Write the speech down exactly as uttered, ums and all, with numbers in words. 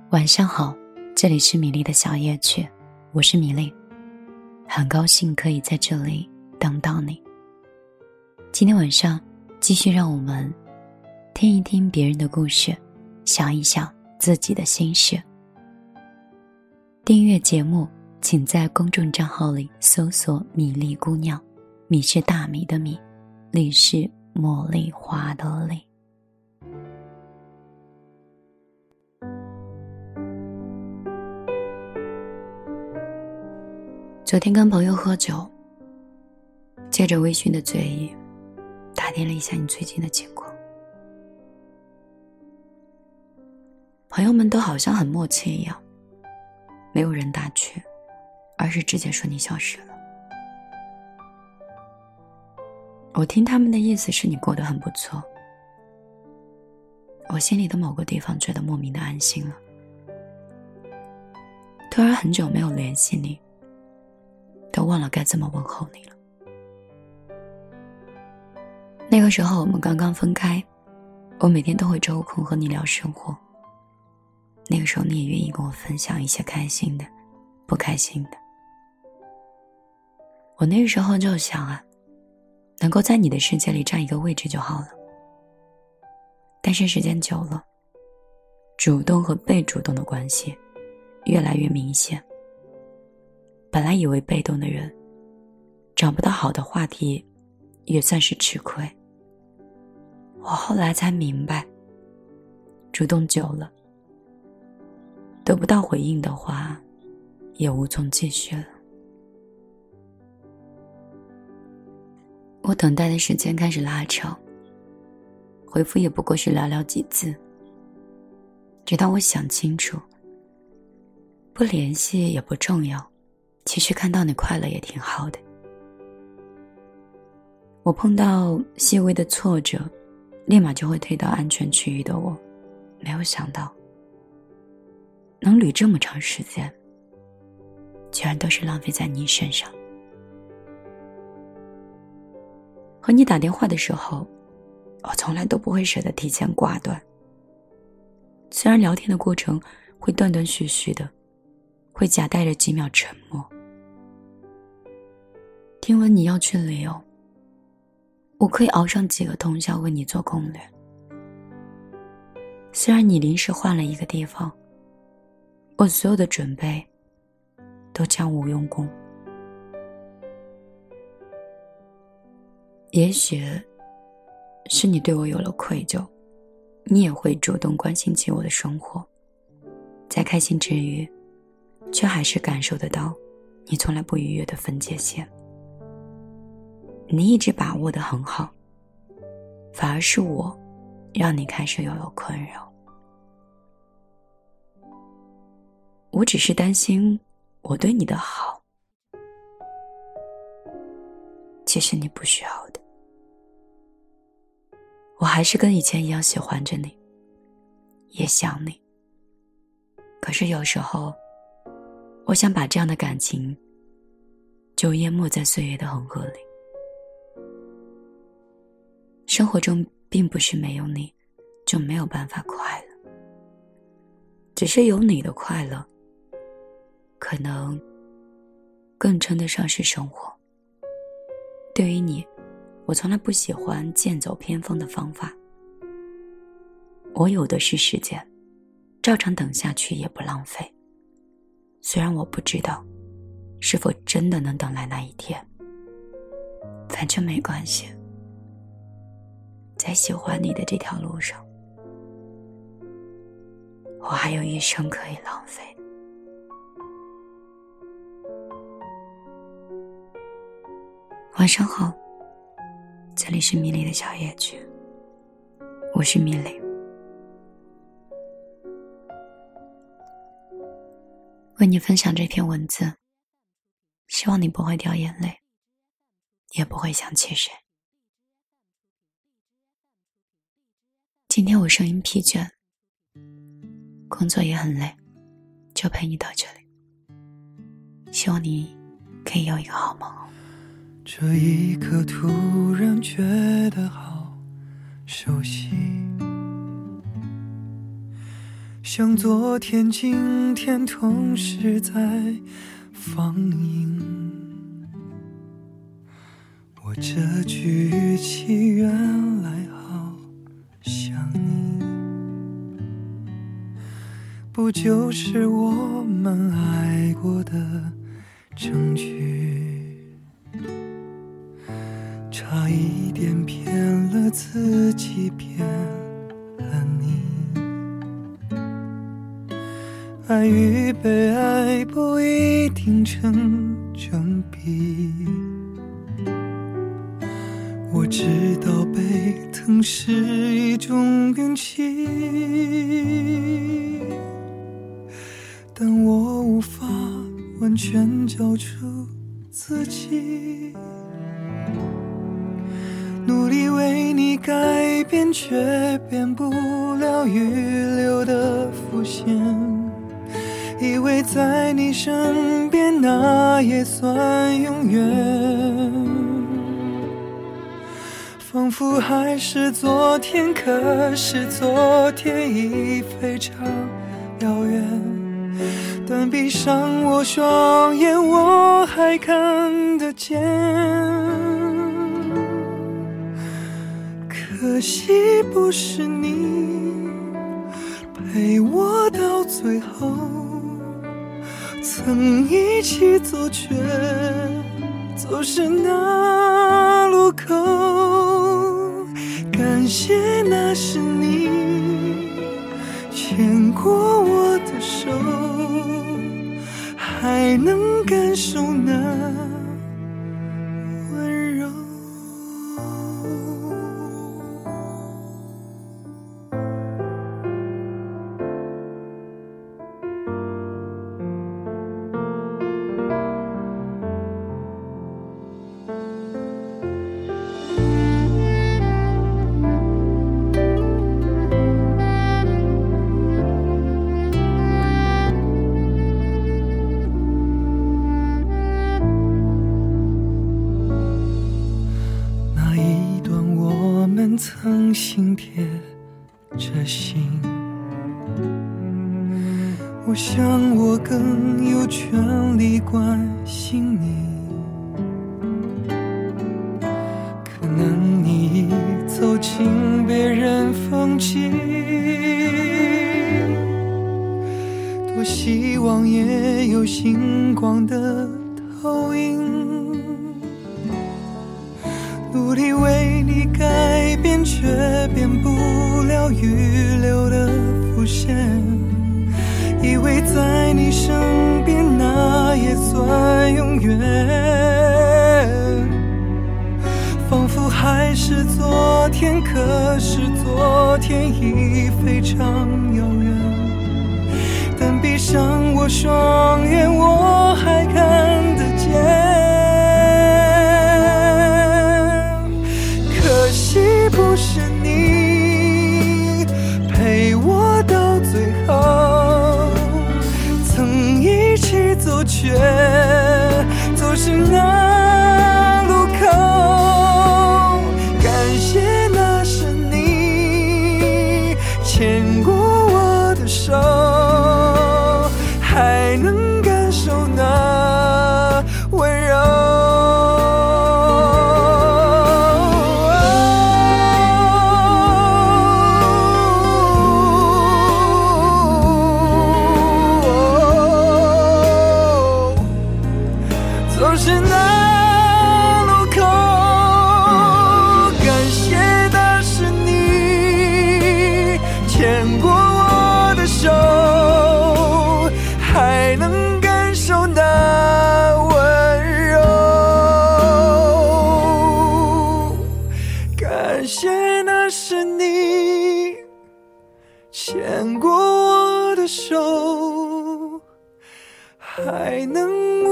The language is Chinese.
晚上好，这里是米粒的小夜曲，我是米粒，很高兴可以在这里等到你。今天晚上继续让我们听一听别人的故事，想一想自己的心事。订阅节目请在公众账号里搜索米粒姑娘，米是大米的米，粒是茉莉花的粒。昨天跟朋友喝酒，借着微醺的醉意打听了一下你最近的情况。朋友们都好像很默契一样，没有人打趣，而是直接说你消失了。我听他们的意思是你过得很不错，我心里的某个地方觉得莫名的安心了。突然很久没有联系你，都忘了该怎么问候你了。那个时候我们刚刚分开，我每天都会抽空和你聊生活。那个时候你也愿意跟我分享一些开心的、不开心的。我那个时候就想啊，能够在你的世界里占一个位置就好了。但是时间久了，主动和被主动的关系越来越明显。本来以为被动的人找不到好的话题也算是吃亏，我后来才明白，主动久了得不到回应的话也无从继续了。我等待的时间开始拉长，回复也不过是寥寥几字，直到我想清楚，不联系也不重要，其实看到你快乐也挺好的。我碰到细微的挫折，立马就会退到安全区域的我，没有想到能捋这么长时间，居然都是浪费在你身上。和你打电话的时候，我从来都不会舍得提前挂断。虽然聊天的过程会断断续续的，会夹带着几秒沉默。听闻你要去旅游，我可以熬上几个通宵为你做攻略。虽然你临时换了一个地方，我所有的准备都将无用功。也许是你对我有了愧疚，你也会主动关心起我的生活，在开心之余，却还是感受得到你从来不逾越的分界线。你一直把握得很好，反而是我让你开始有了困扰。我只是担心我对你的好，其实你不需要的。我还是跟以前一样喜欢着你，也想你。可是有时候，我想把这样的感情就淹没在岁月的恒河里。生活中并不是没有你就没有办法快乐，只是有你的快乐可能更称得上是生活。对于你，我从来不喜欢剑走偏锋的方法。我有的是时间，照常等下去也不浪费。虽然我不知道是否真的能等来那一天，反正没关系。在喜欢你的这条路上，我还有一生可以浪费。晚上好，这里是米粒的小夜曲，我是米粒。为你分享这篇文字，希望你不会掉眼泪，也不会想起谁。今天我声音疲倦，工作也很累，就陪你到这里。希望你可以有一个好梦哦。 这一刻突然觉得好熟悉， 像昨天今天同时在放映。我这句语气原来好像你，不就是我们爱过的证据？差一点骗了自己，骗了你。爱与被爱不一定成正比，我知道被疼是一种运气，但我无法完全交出自己。努力为你改变，却变不了预留的伏线，以为在你身边那也算永远，仿佛还是昨天，可是昨天已非常遥远。但闭上我双眼，我还看得见。可惜不是你陪我到最后，曾一起走却走失那路口。感谢那是你牵过我的手，还能感受那温柔。曾心贴着心，我想我更有权利关心你，可能你走进别人风景，多希望也有星光的投影。努力为你改变，却变不了预留的伏线，以为在你身边那也算永远，仿佛还是昨天，可是昨天已非常遥远。但闭上我双眼，我还看得见。可惜不是你陪我到最后，曾一起走却走失那路口。感谢那是你牵过我的手，还能感受那温柔。感谢那是你牵过我的手，还能